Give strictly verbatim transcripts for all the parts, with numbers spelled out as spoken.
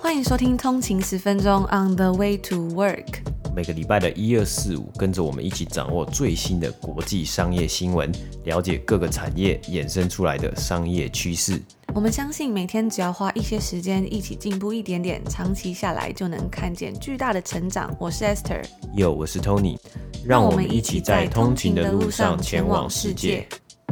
欢迎收听通勤十分钟 On the way to work。 每个礼拜的一二四五，跟着我们一起掌握最新的国际商业新闻，了解各个产业衍生出来的商业趋势。 我们相信每天只要花一些时间一起进步一点点，长期下来就能看见巨大的成长。我是 Esther， Yo， 我是 Tony， 让我们一起在通勤的路上前往世界。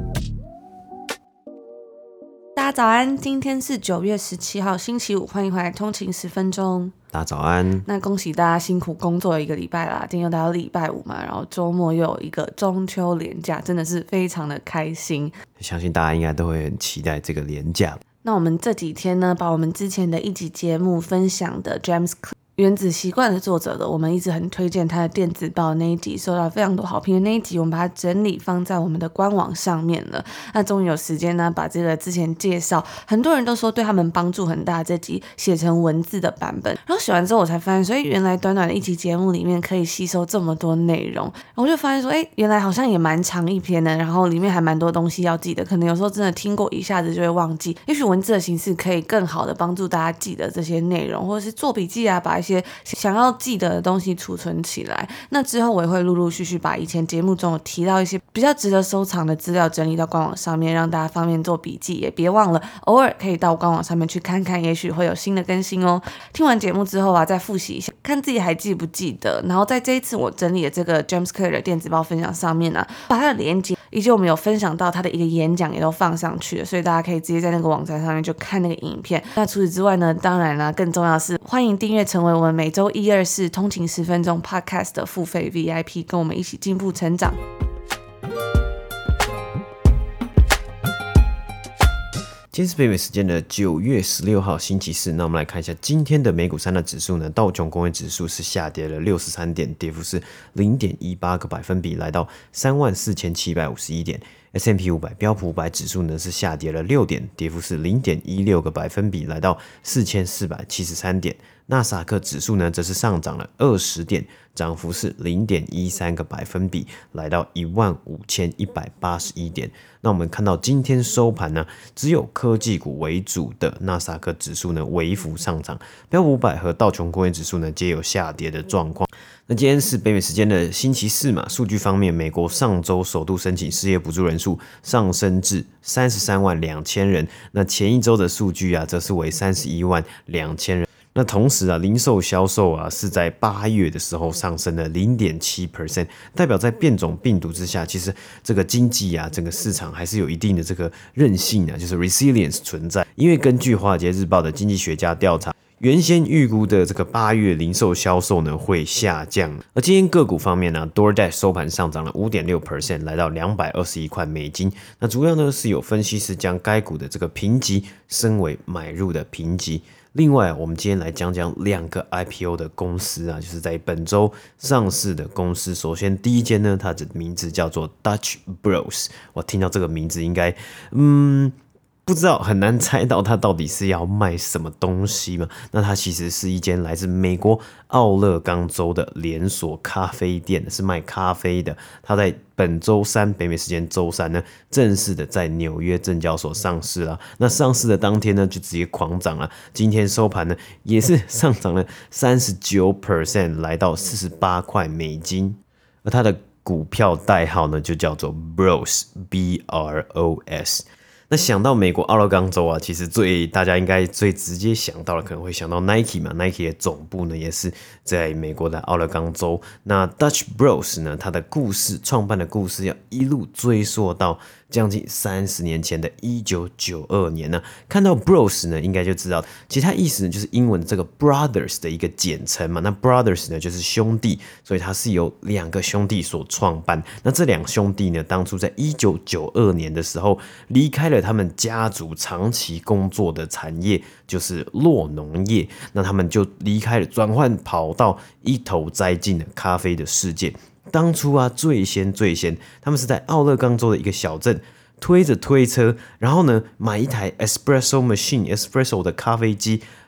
大家早安，今天是九月十七号星期五，欢迎回来通勤十分钟。 大家早安。 那恭喜大家辛苦工作了一个礼拜啦，今天又到礼拜五嘛，然后周末又有一个中秋连假，真的是非常的开心。 相信大家应该都会很期待这个连假。 那我们这几天呢，把我们之前的一集节目分享的 James Clear原子习惯的作者的，我们一直很推荐他的电子报那一集，受到非常多好评的那一集，我们把它整理放在我们的官网上面了。那终于有时间呢，把这个之前介绍很多人都说对他们帮助很大这集写成文字的版本，然后写完之后我才发现，所以原来短短的一集节目里面可以吸收这么多内容，然后我就发现说，哎，原来好像也蛮长一篇的，然后里面还蛮多东西要记得，可能有时候真的听过一下子就会忘记，也许文字的形式可以更好的帮助大家记得这些内容，或者是做笔记啊，把一些想要记得的东西储存起来。那之后我也会陆陆续续把以前节目中有提到一些比较值得收藏的资料整理到官网上面，让大家方便做笔记，也别忘了偶尔可以到官网上面去看看，也许会有新的更新哦。听完节目之后啊，再复习一下，看自己还记不记得。然后在这一次我整理的这个 James Clear 的电子报分享上面啊，把它的连结以及我们有分享到他的一个演讲也都放上去了，所以大家可以直接在那个网站上面就看那个影片。那除此之外呢，当然啦，更重要的是欢迎订阅成为我们每周一二四通勤十分钟 Podcast 的付费 V I P， 跟我们一起进步成长。 今天是北美时间的九月十六号星期四，那我们来看一下今天的美股三大指数呢，道琼工业指数是下跌了六十三点，跌幅是 零点一八 个百分比，来到三万四千七百五十一点。S and P 五百 标普五百指数呢是下跌了六点，跌幅是 零点一六 个百分比，来到四千四百七十三点。纳斯达克指数呢则是上涨了二十点，涨幅是 零点一三 个百分比，来到一万五千一百八十一点。那我们看到今天收盘呢，只有科技股为主的纳斯达克指数呢微幅上涨，标普五百和道琼工业指数呢皆有下跌的状况。那今天是北美时间的星期四嘛，数据方面，美国上周首度申请失业补助人数上升至三十三万两千人，那前一周的数据啊，则是为三十一万两千人。那同时啊，零售销售啊是在八月的时候上升了 百分之零点七， 代表在变种病毒之下，其实这个经济啊，整个市场还是有一定的这个韧性啊，就是 resilience 存在。因为根据华尔街日报的经济学家调查，原先预估的这个八月零售销售呢会下降。而今天个股方面呢 ，DoorDash 收盘上涨了 百分之五点六， 来到两百二十一块美金。那主要呢是有分析师将该股的这个评级升为买入的评级。另外，我们今天来讲讲两个 I P O 的公司啊，就是在本周上市的公司。首先，第一间呢，它的名字叫做 Dutch Bros。我听到这个名字，应该嗯。不知道，很难猜到它到底是要卖什么东西嘛？那它其实是一间来自美国奥勒冈州的连锁咖啡店，是卖咖啡的。它在本周三，北美时间周三呢，正式的在纽约证交所上市了。那上市的当天呢，就直接狂涨了。今天收盘呢，也是上涨了 百分之三十九， 来到四十八块美金。而它的股票代号呢，就叫做 Bros B R O S。那想到美国奥勒冈州啊，其实最大家应该最直接想到的可能会想到 Nike 嘛 ，Nike 的总部呢也是在美国的奥勒冈州。那 Dutch Bros 呢，它的故事创办的故事要一路追溯到将近三十年前的一九九二年呢。看到 Bros 呢，应该就知道，其实它意思呢就是英文的这个 Brothers 的一个简称嘛。那 Brothers 呢就是兄弟，所以它是由两个兄弟所创办。那这两兄弟呢，当初在一九九二年的时候离开了他们家族长期工作的产业，就是酪农业。那他们就离开了，转换跑道，一头栽进了咖啡的世界。当初啊，最先最先，他们是在奥勒冈州的一个小镇，推着推车，然后呢，买一台 espresso machine，espresso 的咖啡机，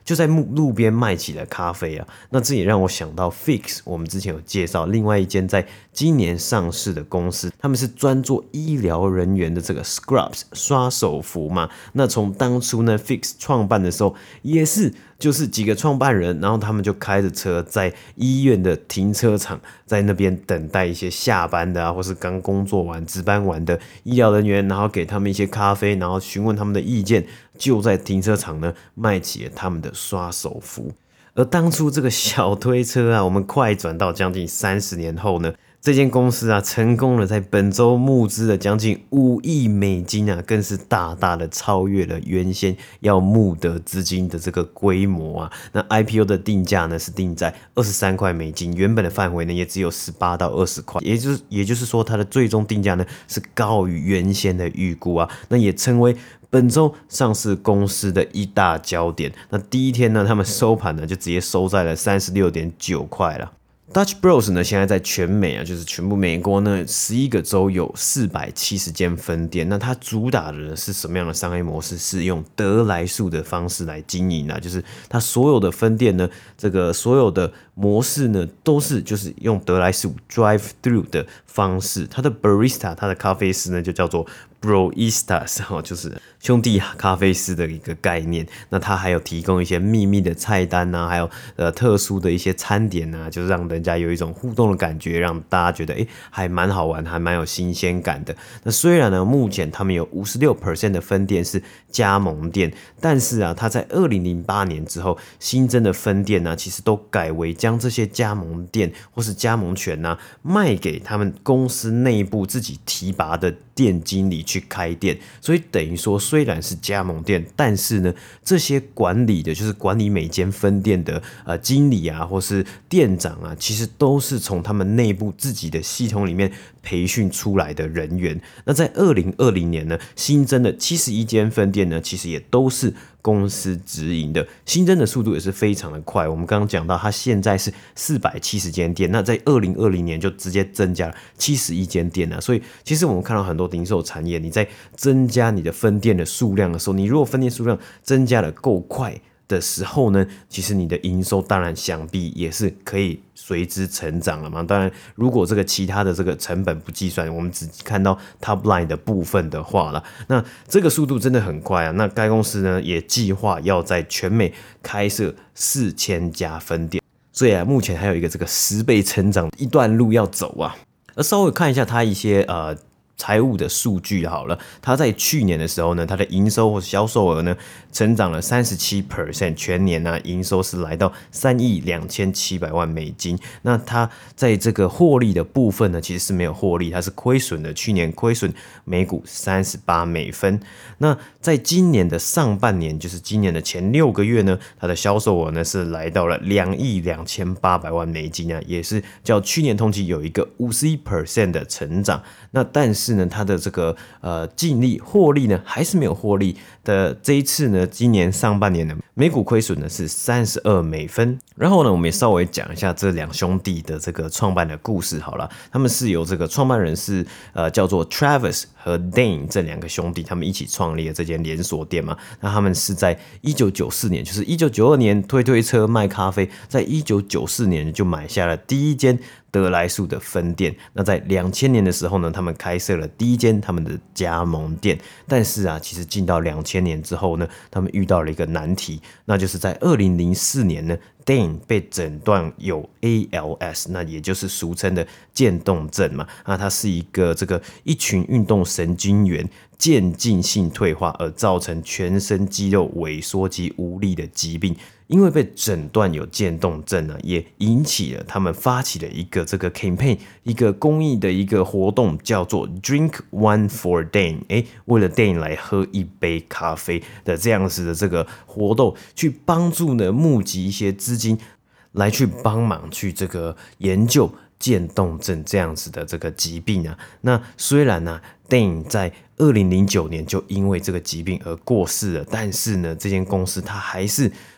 就在路边卖起了咖啡啊。那这也让我想到 Fix， 我们之前有介绍另外一间在今年上市的公司，他们是专做医疗人员的这个 Scrubs 刷手服嘛。那从当初呢 Fix 创办的时候，也是就是几个创办人，然后他们就开着车在医院的停车场，在那边等待一些下班的啊，或是刚工作完、值班完的医疗人员，然后给他们一些咖啡，然后询问他们的意见，就在停车场呢卖起了他们的刷手服。而当初这个小推车啊，我们快转到将近三十年后呢，这间公司啊，成功了在本周募资了将近五亿美金啊，更是大大的超越了原先要募得资金的这个规模啊。那 I P O 的定价呢是定在二十三块美金，原本的范围呢也只有十八到二十块，也就是也就是说它的最终定价呢是高于原先的预估啊，那也成为本周上市公司的一大焦点。那第一天呢，他们收盘呢就直接收在了三十六点九块了。Dutch Bros 呢，现在在全美啊，就是全部美国呢，十一个州有四百七十间分店。那它主打的是什么样的商业模式？是用得来速的方式来经营啊，就是它所有的分店呢，这个所有的模式呢，都是就是用得来速 drive through 的方式。它的 barista， 它的咖啡师呢，就叫做 Broistas， 就是兄弟咖啡师的一个概念。那它还有提供一些秘密的菜单啊，还有呃特殊的一些餐点啊，就是让人家有一种互动的感觉，让大家觉得诶还蛮好玩，还蛮有新鲜感的。那虽然呢，目前他们有 百分之五十六 的分店是加盟店，但是啊，它在二零零八年之后新增的分店呢、啊，其实都改为将这些加盟店或是加盟权呢、啊、卖给他们公司内部自己提拔的店经理去开店。所以等于说，虽然是加盟店，但是呢，这些管理的，就是管理每间分店的呃经理啊，或是店长啊，其实都是从他们内部自己的系统里面培训出来的人员。那在二零二零年呢，新增的七十一间分店呢，其实也都是公司直营的，新增的速度也是非常的快。我们刚刚讲到，它现在是四百七十间店，那在二零二零年就直接增加了七十一间店啊。所以其实我们看到很多零售产业，你在增加你的分店的数量的时候，你如果分店数量增加的够快的时候呢，其实你的营收当然想必也是可以随之成长了嘛。当然，如果这个其他的这个成本不计算，我们只看到 top line 的部分的话啦，那这个速度真的很快啊。那该公司呢也计划要在全美开设四千家分店，所以啊，目前还有一个这个十倍成长一段路要走啊。而稍微看一下它一些呃。财务的数据好了，它在去年的时候呢，它的营收或销售额呢，成长了 百分之三十七， 全年呢、啊、营收是来到三亿两千七百万美金。那它在这个获利的部分呢，其实是没有获利，它是亏损的，去年亏损每股三十八美分。那在今年的上半年，就是今年的前六个月呢，它的销售额呢是来到了两亿两千八百万美金啊，也是较去年同期有一个 百分之五十一 的成长。那但是是呢，它的这个呃净利获利呢还是没有获利的。这一次呢，今年上半年呢，每股亏损呢是三十二美分。然后呢，我们也稍微讲一下这两兄弟的这个创办的故事好了。他们是由这个创办人是呃叫做 Travis 和 Dane 这两个兄弟，他们一起创立了这间连锁店嘛。那他们是在一九九四年，就是一九九二年推推车卖咖啡，在一九九四年就买下了第一间得来速的分店。那在两千年的时候呢，他们开设了第一间他们的加盟店。但是啊，其实进到两千年之后呢，他们遇到了一个难题，那就是在二零零四年呢，Dane 被诊断有 A L S， 那也就是俗称的渐冻症嘛。那它是一个这个一群运动神经元渐进性退化而造成全身肌肉萎缩及无力的疾病。因为被诊断有渐冻症啊，也引起了他们发起了一个这个 campaign， 一个公益的一个活动，叫做 Drink One for Dane， 哎，为了 Dane 来喝一杯咖啡的这样子的这个活动，去帮助呢募集一些资金，来去帮忙去这个研究渐冻症这样子的这个疾病啊。那虽然呢、啊、Dane 在二零零九年就因为这个疾病而过世了，但是呢，这间公司它还是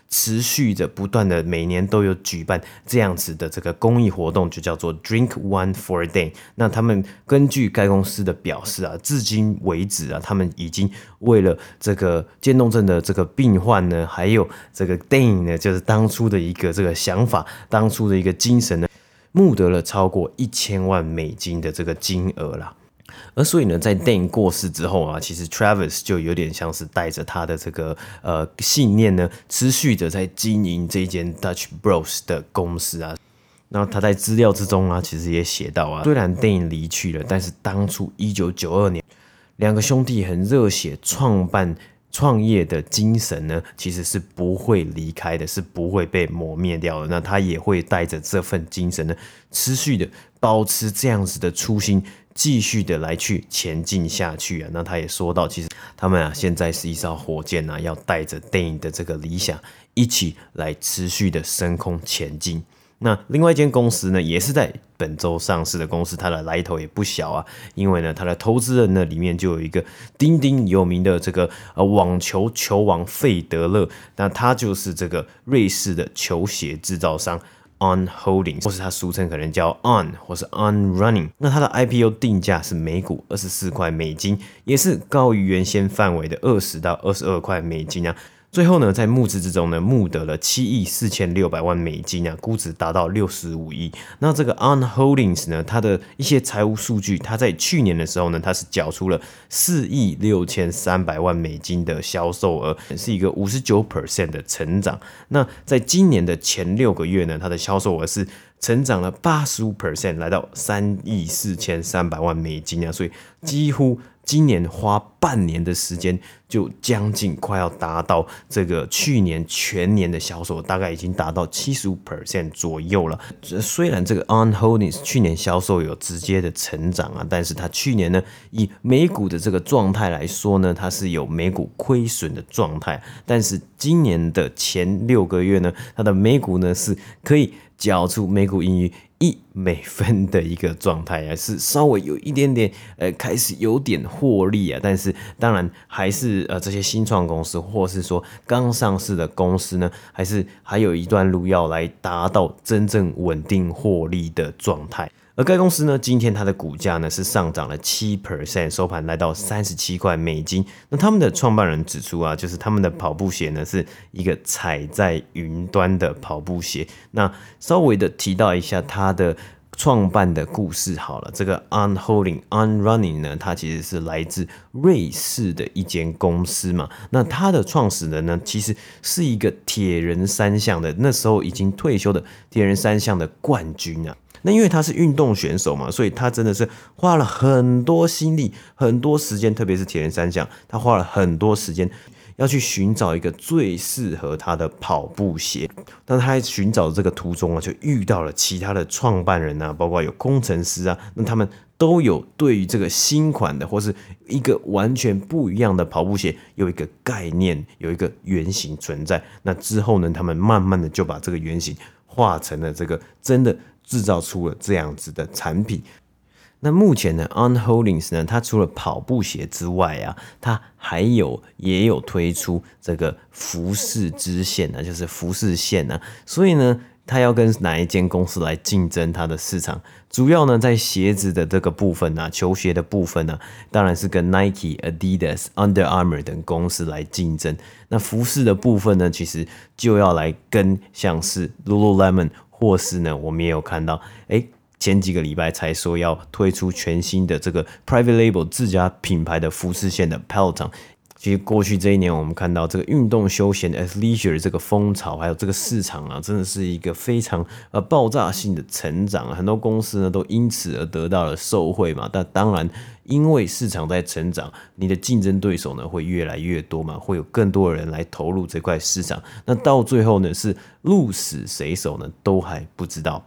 持续着不断的每年都有举办这样子的这个公益活动，就叫做 Drink One for a Day。那他们根据该公司的表示啊，至今为止啊，他们已经为了这个渐冻症的这个病患呢，还有这个 Dane 呢，就是当初的一个这个想法，当初的一个精神呢，募得了超过一千万美金的这个金额啦。而所以呢，在 Dane 过世之后啊，其实 Travis 就有点像是带着他的这个呃信念呢，持续的在经营这一间 Dutch Bros 的公司啊。然后他在资料之中啊，其实也写到啊，虽然 Dane 离去了，但是当初一九九二年，两个兄弟很热血创办创业的精神呢，其实是不会离开的，是不会被磨灭掉的。那他也会带着这份精神呢，持续的保持这样子的初心，继续的来去前进下去啊。那他也说到，其实他们啊现在是一艘火箭啊，要带着 Dane 的这个理想一起来持续的升空前进。那另外一间公司呢，也是在本周上市的公司，它的来头也不小啊。因为呢，它的投资人呢里面就有一个鼎鼎有名的这个呃网球球王费德勒，那他就是这个瑞士的球鞋制造商 On Holdings， 或是它俗称可能叫 On 或是 On Running。那它的 I P O 定价是每股二十四块美金，也是高于原先范围的二十到二十二块美金啊。最后呢，在募资之中呢，募得了七亿四千六百万美金啊，估值达到六十五亿。那这个 On Holdings 呢，它的一些财务数据，它在去年的时候呢，它是缴出了四亿六千三百万美金的销售额，是一个 百分之五十九 的成长。那在今年的前六个月呢，它的销售额是成长了 百分之八十五， 来到三亿四千三百万美金啊，所以几乎今年花半年的时间，就将近快要达到这个去年全年的销售，大概已经达到 百分之七十五 左右了。虽然这个 On Holdings 去年销售有直接的成长啊，但是它去年呢，以每股的这个状态来说呢，它是有每股亏损的状态。但是今年的前六个月呢，它的每股呢是可以缴出每股盈余一美分的一个状态啊，是稍微有一点点呃开始有点获利啊，但是当然还是呃这些新创公司或是说刚上市的公司呢，还是还有一段路要来达到真正稳定获利的状态。而该公司呢，今天它的股价呢是上涨了 百分之七， 收盘来到三十七块美金。那他们的创办人指出啊，就是他们的跑步鞋呢是一个踩在云端的跑步鞋。那稍微的提到一下它的创办的故事好了，这个 On Holding On Running 呢，它其实是来自瑞士的一间公司嘛。那它的创始人呢，其实是一个铁人三项的，那时候已经退休的铁人三项的冠军啊。那因为他是运动选手嘛，所以他真的是花了很多心力、很多时间，特别是铁人三项，他花了很多时间要去寻找一个最适合他的跑步鞋。但他在寻找这个途中啊，就遇到了其他的创办人啊，包括有工程师啊，那他们都有对于这个新款的或是一个完全不一样的跑步鞋有一个概念，有一个原型存在。那之后呢，他们慢慢的就把这个原型画成了这个真的制造出了这样子的产品。那目前呢 On Holdings 呢，它除了跑步鞋之外啊，它还有也有推出这个服饰支线啊，就是服饰线啊。所以呢，它要跟哪一间公司来竞争它的市场？主要呢，在鞋子的这个部分啊，球鞋的部分呢，当然是跟 Nike、Adidas、Under Armour 等公司来竞争。那服饰的部分呢，其实就要来跟像是 Lululemon。或是呢，我们也有看到，哎，前几个礼拜才说要推出全新的这个 Private Label 自家品牌的服饰线的 Peloton。其实过去这一年，我们看到这个运动休闲 athleisure 这个风潮，还有这个市场啊，真的是一个非常呃爆炸性的成长。很多公司呢都因此而得到了受惠嘛。但当然，因为市场在成长，你的竞争对手呢会越来越多嘛，会有更多的人来投入这块市场。那到最后呢，是鹿死谁手呢，都还不知道。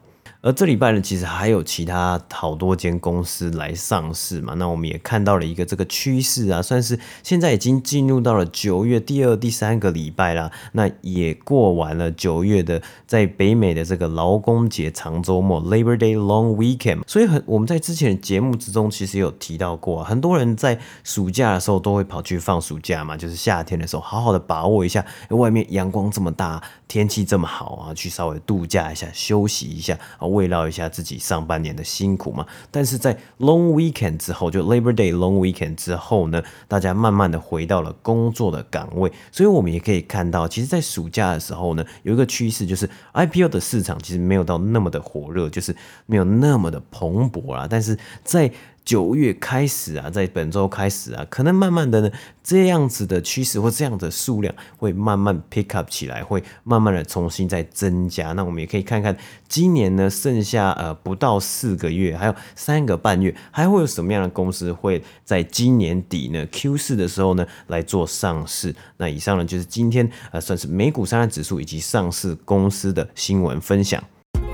而这礼拜呢，其实还有其他好多间公司来上市嘛，那我们也看到了一个这个趋势啊，算是现在已经进入到了九月第二、第三个礼拜啦，那也过完了九月的在北美的这个劳工节长周末 Labor Day Long Weekend， 所以很我们在之前的节目之中其实有提到过啊，很多人在暑假的时候都会跑去放暑假嘛，就是夏天的时候好好的把握一下，外面阳光这么大，天气这么好啊，去稍微度假一下，休息一下啊，慰劳一下自己上半年的辛苦嘛。但是在 Long Weekend 之后，就 Labor Day Long Weekend 之后呢，大家慢慢的回到了工作的岗位，所以我们也可以看到，其实在暑假的时候呢，有一个趋势就是 I P O 的市场其实没有到那么的火热，就是没有那么的蓬勃啦，但是在九月开始啊，在本周开始啊，可能慢慢的呢，这样子的趋势或这样的数量会慢慢 pick up 起来，会慢慢的重新再增加。那我们也可以看看今年呢，剩下呃不到四个月，还有三个半月，还会有什么样的公司会在今年底呢 Q 四 的时候呢来做上市。那以上呢就是今天呃算是美股三大指数以及上市公司的新闻分享。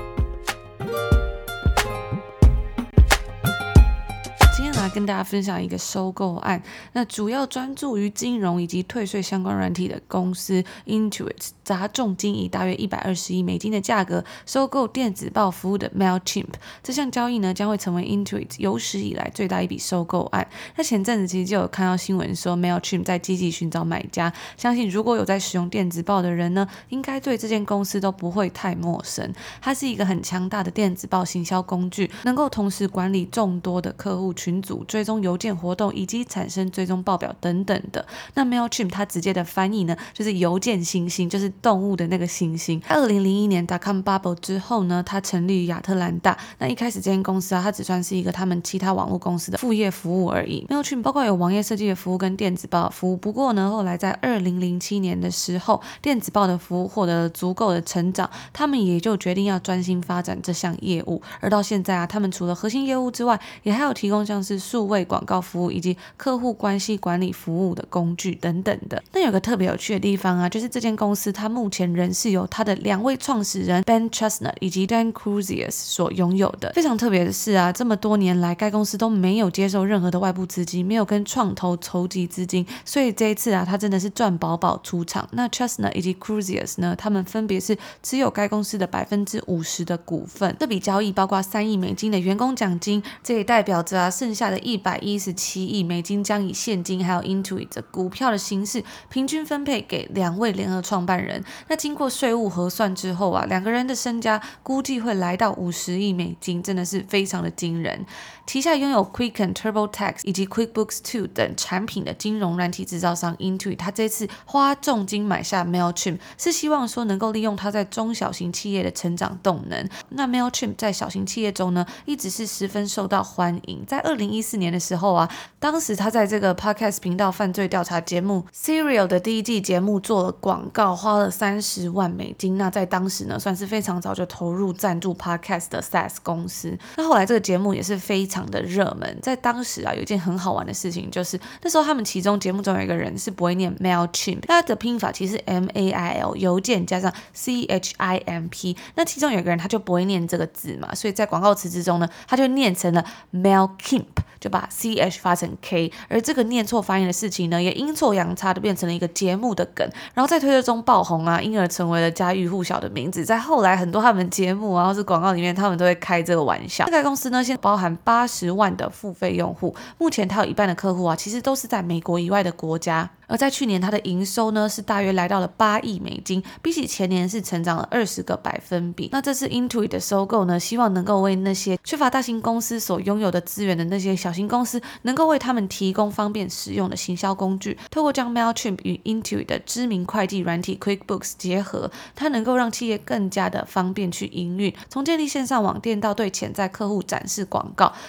跟大家分享一个收购案，那主要专注于金融以及退税相关软体的公司 Intuit 砸重金以大约一百二十亿美金的价格收购电子报服务的 Mailchimp。 这项交易呢将会成为 Intuit 有史以来最大一笔收购案。那前阵子其实就有看到新闻说 Mailchimp 在积极寻找买家，相信如果有在使用电子报的人呢，应该对这间公司都不会太陌生。它是一个很强大的电子报行销工具，能够同时管理众多的客户群组，追踪邮件活动以及产生追踪报表等等的。那 Mailchimp 它直接的翻译呢，就是邮件猩猩，就是动物的那个猩猩。二零零一年 dot-com bubble 之后呢，它成立于亚特兰大。那一开始这间公司啊，它只算是一个他们其他网络公司的副业服务而已。Mailchimp 包括有网页设计的服务跟电子报的服务，不过呢，后来在二零零七年的时候，电子报的服务获得了足够的成长，他们也就决定要专心发展这项业务。而到现在啊，他们除了核心业务之外，也还有提供像是数位广告服务以及客户关系管理服务的工具等等的。那有个特别有趣的地方啊，就是这间公司它目前仍是由它的两位创始人 Ben Chestnut 以及 Dan Crusius 所拥有的。非常特别的是啊，这么多年来该公司都没有接受任何的外部资金，没有跟创投筹集资金，所以这一次啊，它真的是赚饱饱出场。那 Chestnut 以及 Crusius 呢，他们分别是持有该公司的百分之五十的股份。这笔交易包括三亿美金的员工奖金，这也代表着啊，剩下的一百一十七亿美金将以现金还有 Intuit 的股票的形式平均分配给两位联合创办人。那经过税务核算之后啊，两个人的身家估计会来到五十亿美金，真的是非常的惊人。旗下拥有 Quicken、TurboTax 以及 QuickBooks two 等产品的金融软体制造商 Intuit， 他这次花重金买下 Mailchimp， 是希望说能够利用它在中小型企业的成长动能。那 Mailchimp 在小型企业中呢，一直是十分受到欢迎。在二零一四年的时候啊，当时他在这个 Podcast 频道犯罪调查节目 Serial 的第一季节目做了广告，花了三十万美金。那在当时呢，算是非常早就投入赞助 Podcast 的 SaaS 公司。那后来这个节目也是非常的热门。在当时啊，有一件很好玩的事情，就是那时候他们其中节目中有一个人是不会念 Mailchimp， 他的拼法其实是 M A I L 邮件加上 C H I M P， 那其中有一个人他就不会念这个字嘛，所以在广告词之中呢，他就念成了 Mailchimp， 就把 C H 发成 K， 而这个念错发音的事情呢，也阴错阳差的变成了一个节目的梗，然后在推特中爆红啊，因而成为了家喻户晓的名字。在后来很多他们节目啊或是广告里面，他们都会开这个玩笑。这个公司呢，现在包含八十万的付费用户，目前它有一半的客户啊，其实都是在美国以外的国家。而在去年它的营收呢是大约来到了八亿美金，比起前年是成长了二十个百分比。那这次 Intuit 的收购呢，希望能够为那些缺乏大型公司所拥有的资源的那些小型公司，能够为他们提供方便使用的行销工具。透过将 Mailchimp 与 Intuit 的知名会计软体 QuickBooks 结合，它能够让企业更加的方便去营运，从建立线上网店到对潜在客户展示广告，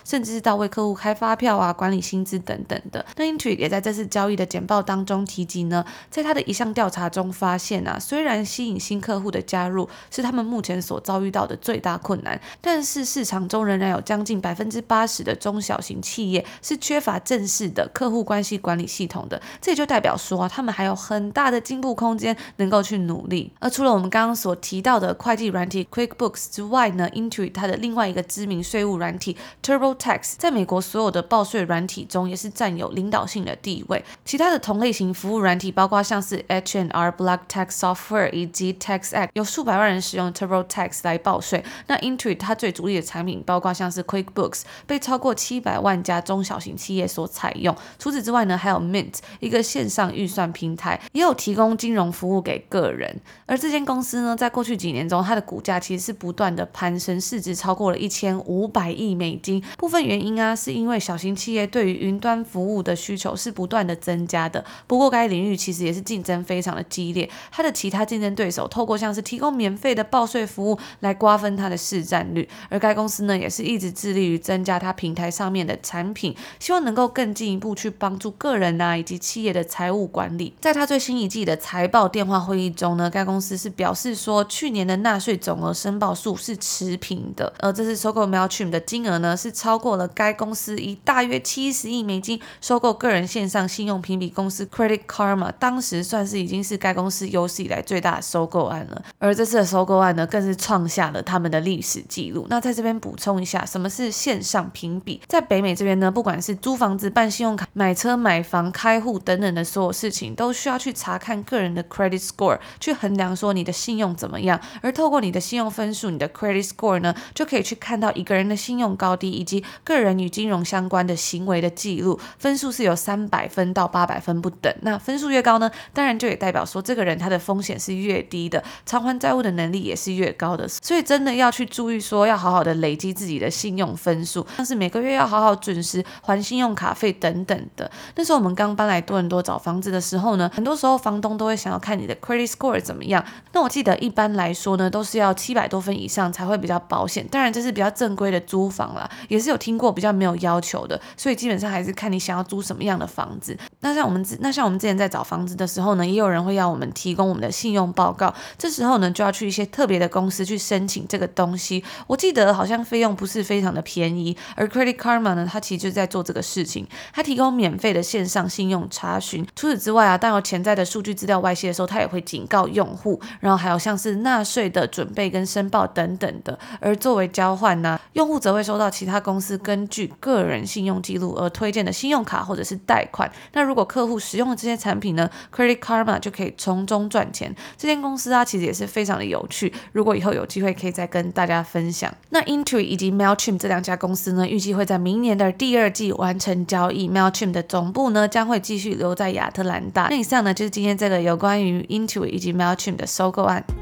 甚至是到为客户开发票啊、管理薪资等等的。那 Intuit 也在这次交易的简报当中提及呢，在他的一项调查中发现啊，虽然吸引新客户的加入是他们目前所遭遇到的最大困难，但是市场中仍然有将近百分之八十的中小型企业是缺乏正式的客户关系管理系统的，这也就代表说、啊、他们还有很大的进步空间能够去努力。而除了我们刚刚所提到的会计软体 QuickBooks 之外呢， Intuit 它的另外一个知名税务软体 TurboTax 在美国所有的报税软体中也是占有领导性的地位。其他的同类型服务软体包括像是 H and R Block Tax Software 以及 TaxAct， 有数百万人使用 TurboTax 来报税。那 Intuit 它最主力的产品包括像是 QuickBooks， 被超过七百万家中小型企业所采用。除此之外呢，还有 Mint 一个线上预算平台，也有提供金融服务给个人。而这间公司呢，在过去几年中，它的股价其实是不断的攀升，市值超过了一千五百亿美金。部分原因啊，是因为小型企业对于云端服务的需求是不断的增加的。不过该领域其实也是竞争非常的激烈，它的其他竞争对手透过像是提供免费的报税服务来瓜分它的市占率。而该公司呢，也是一直致力于增加它平台上面的产品，希望能够更进一步去帮助个人啊以及企业的财务管理。在它最新一季的财报电话会议中呢，该公司是表示说，去年的纳税总额申报数是持平的，而这次收购 Mailchimp 的金额呢，是超过了该公司以大约七十亿美金收购个人线上信用评比公司 Credit Karma， 当时算是已经是该公司有史以来最大的收购案了。而这次的收购案呢，更是创下了他们的历史记录。那在这边补充一下，什么是线上评比？在北美这边呢，不管是租房子、办信用卡、买车、买房、开户等等的所有事情，都需要去查看个人的 credit score， 去衡量说你的信用怎么样。而透过你的信用分数，你的 credit score 呢，就可以去看到一个人的信用高低，以及个人与金融相关的行为的记录。分数是由三百分到八百分不等。那分数越高呢，当然就也代表说这个人他的风险是越低的，偿还债务的能力也是越高的。所以真的要去注意说，要好好的累积自己的信用分数，像是每个月要好好准时还信用卡费等等的。那时候我们刚搬来多伦多找房子的时候呢，很多时候房东都会想要看你的 credit score 怎么样。那我记得一般来说呢，都是要七百多分以上才会比较保险。当然这是比较正规的租房啦，也是有听过比较没有要求的，所以基本上还是看你想要租什么样的房子。那像我们那像我们之前在找房子的时候呢，也有人会要我们提供我们的信用报告，这时候呢就要去一些特别的公司去申请这个东西。我记得好像费用不是非常的便宜，而 Credit Karma 呢，它其实就在做这个事情，它提供免费的线上信用查询。除此之外啊，当有潜在的数据资料外泄的时候，它也会警告用户，然后还有像是纳税的准备跟申报等等的。而作为交换呢、啊，用户则会收到其他公司根据个人信用记录而推荐的信用卡或者是贷款。那如果客户使用了这些产品呢， Credit Karma 就可以从中赚钱。这间公司啊，其实也是非常的有趣，如果以后有机会可以再跟大家分享。那 Intuit 以及 Mailchimp 这两家公司呢，预计会在明年的第二季完成交易。 Mailchimp 的总部呢，将会继续留在亚特兰大。那以上呢，就是今天这个有关于 Intuit 以及 Mailchimp 的收购案。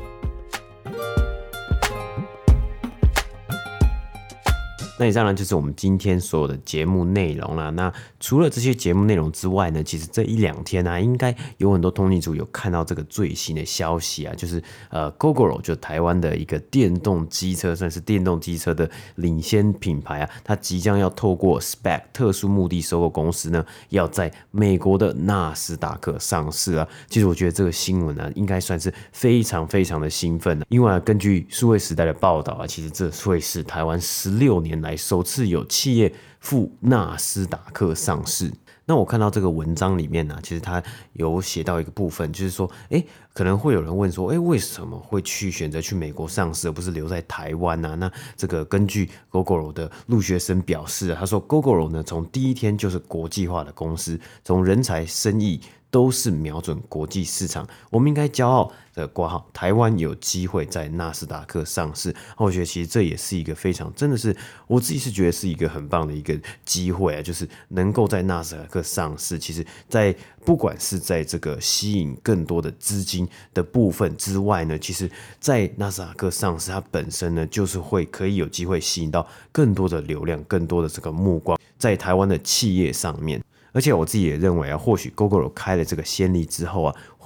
那以上呢就是我们今天所有的节目内容啦。那除了这些节目内容之外呢，其实这一两天啊，应该有很多通勤族有看到这个最新的消息啊，就是呃 Gogoro 就台湾的一个电动机车，算是电动机车的领先品牌啊，它即将要透过 S P A C 特殊目的收购公司呢，要在美国的纳斯达克上市啊。其实我觉得这个新闻啊，应该算是非常非常的兴奋、啊、因为、啊、根据数位时代的报道啊，其实这会是台湾十六年来首次有企业赴纳斯达克上市。那我看到这个文章里面呢、啊，其实它有写到一个部分，就是说，哎，可能会有人问说，哎，为什么会去选择去美国上市，而不是留在台湾呢、啊？那这个根据 Gogoro 的陆学生表示、啊，他说 Gogoro 呢，从第一天就是国际化的公司，从人才、生意都是瞄准国际市场，我们应该骄傲的挂号，台湾有机会在纳斯达克上市。我觉得其实这也是一个非常，真的是我自己是觉得是一个很棒的一个机会啊，就是能够在纳斯达克上市。其实，在不管是在这个吸引更多的资金的部分之外呢，其实在纳斯达克上市，它本身呢就是会可以有机会吸引到更多的流量，更多的这个目光在台湾的企业上面。而且我自己也认为啊，或许 Gogoro 开了这个先例之后啊，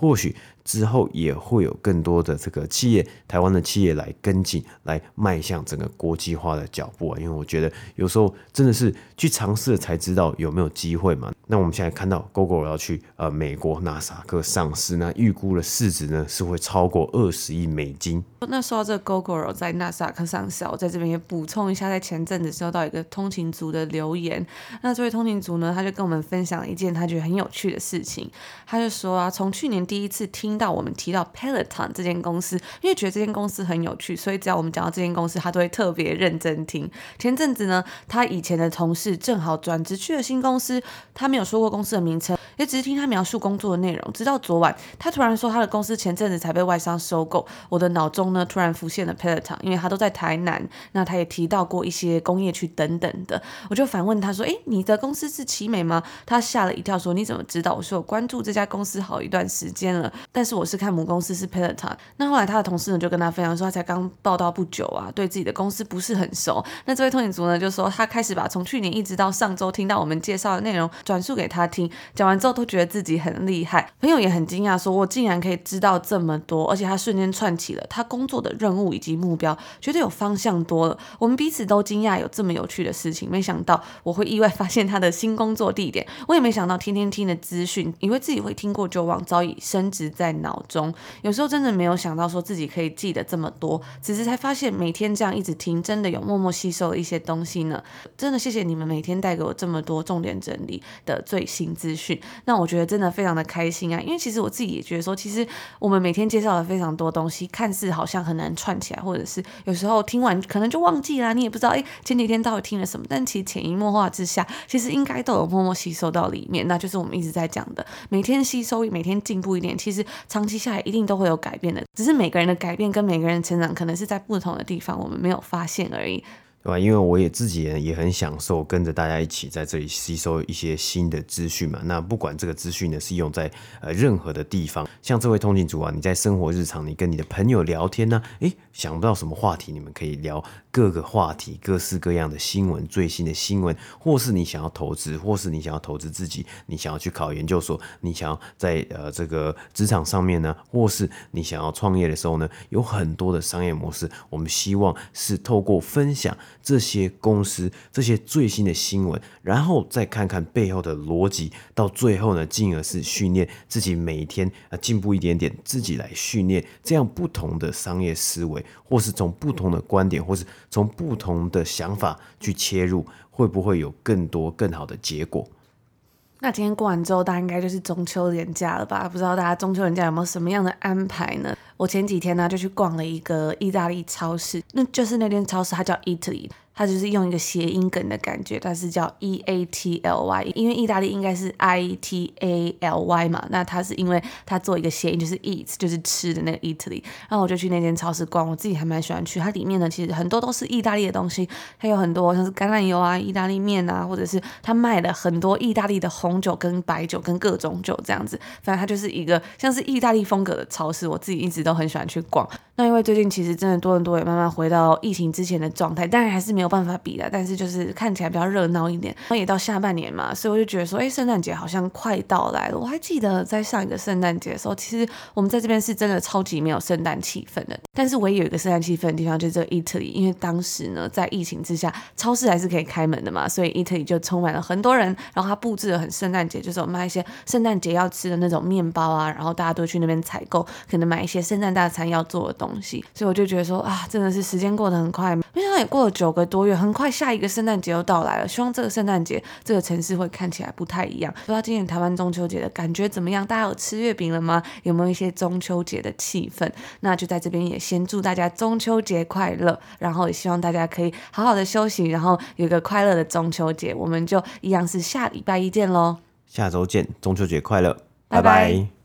或许之后也会有更多的这个企业，台湾的企业来跟进，来迈向整个国际化的脚步啊。因为我觉得有时候真的是去尝试了才知道有没有机会嘛。那我们现在看到 Gogoro 要去呃美国纳斯达克上市，那预估的市值呢是会超过二十亿美金。 那说到这个 Gogoro 在纳斯达克上市，我在这边也补充一下，在前阵子收到一个通勤族的留言。那这位通勤族呢，他就跟我们分享了一件他觉得很有趣的事情。他就说啊，从去年第一次听到我们提到 Peloton 这间公司，因为觉得这间公司很有趣，所以只要我们讲到这间公司，他都会特别认真听。前阵子呢，他以前的同事正好转职去了新公司，他没有说过公司的名称，也只是听他描述工作的内容。直到昨晚，他突然说他的公司前阵子才被外商收购，我的脑中呢突然浮现了 Peloton， 因为他都在台南，那他也提到过一些工业区等等的。我就反问他说，诶，你的公司是奇美吗？他吓了一跳说，你怎么知道？我说我关注这家公司好一段时间了，但是我是看母公司是 Peloton。 那后来他的同事呢就跟他分享说，他才刚报道不久啊，对自己的公司不是很熟。那这位通勤族呢就说，他开始把从去年一直到上周听到我们介绍的内容转述给他听，讲完之后都觉得自己很厉害。朋友也很惊讶说，我竟然可以知道这么多，而且他瞬间串起了他工作的任务以及目标，觉得有方向多了。我们彼此都惊讶有这么有趣的事情，没想到我会意外发现他的新工作地点，我也没想到天天听的资讯，以为自己会听过就忘，早已深植在脑中。有时候真的没有想到说自己可以记得这么多，只是才发现每天这样一直听，真的有默默吸收了一些东西呢。真的谢谢你们每天带给我这么多重点整理的最新资讯，那我觉得真的非常的开心啊。因为其实我自己也觉得说，其实我们每天介绍了非常多东西，看似好像很难串起来，或者是有时候听完可能就忘记啦，你也不知道哎前几天到底听了什么，但其实潜移默化之下，其实应该都有默默吸收到里面。那就是我们一直在讲的，每天吸收，每天进步一点，其实长期下来一定都会有改变的，只是每个人的改变跟每个人的成长可能是在不同的地方，我们没有发现而已。 对吧？因为我也自己也很享受跟着大家一起在这里吸收一些新的资讯嘛。那不管这个资讯呢是用在呃任何的地方，像这位通勤族啊，你在生活日常，你跟你的朋友聊天呢、啊，诶，想不到什么话题，你们可以聊各个话题，各式各样的新闻，最新的新闻，或是你想要投资，或是你想要投资自己，你想要去考研究所，你想要在呃这个职场上面呢，或是你想要创业的时候呢，有很多的商业模式，我们希望是透过分享这些公司这些最新的新闻，然后再看看背后的逻辑，到最后呢，进而是训练自己每天啊进步一点点，自己来训练这样不同的商业思维，或是从不同的观点，或是从不同的想法去切入，会不会有更多更好的结果？ 那今天过完之后，大家应该就是中秋连假了吧？不知道大家中秋连假有没有什么样的安排呢？我前几天呢就去逛了一个意大利超市，那就是那间超市它叫 Italy， 它就是用一个谐音梗的感觉，它是叫 E A T L Y， 因为意大利应该是 I T A L Y 嘛，那它是因为它做一个谐音，就是 eat 就是吃的那个 Italy。然后我就去那间超市逛，我自己还蛮喜欢去，它里面呢其实很多都是意大利的东西，它有很多像是橄榄油啊、意大利面啊，或者是它卖了很多意大利的红酒跟白酒跟各种酒这样子，反正它就是一个像是意大利风格的超市，我自己一直都很喜欢去逛。那因为最近其实真的多伦多也慢慢回到疫情之前的状态，当然还是没有办法比的，但是就是看起来比较热闹一点。然后也到下半年嘛，所以我就觉得说，哎，圣诞节好像快到来了。我还记得在上一个圣诞节的时候，其实我们在这边是真的超级没有圣诞气氛的，但是唯一有一个圣诞气氛的地方就是这个 Italy， 因为当时呢在疫情之下，超市还是可以开门的嘛，所以 Italy 就充满了很多人，然后它布置了很圣诞节，就是有卖一些圣诞节要吃的那种面包啊，然后大家都去那边采购，可能买一些圣诞大餐要做的东西，所以我就觉得说啊，真的是时间过得很快，没想到也过了九个多月，很快下一个圣诞节又到来了。希望这个圣诞节这个城市会看起来不太一样。不知道今年台湾中秋节的感觉怎么样？大家有吃月饼了吗？有没有一些中秋节的气氛？那就在这边也先祝大家中秋节快乐，然后也希望大家可以好好的休息，然后有一个快乐的中秋节。我们就一样是下礼拜一见咯， 下周见，中秋节快乐， 拜拜。 拜拜。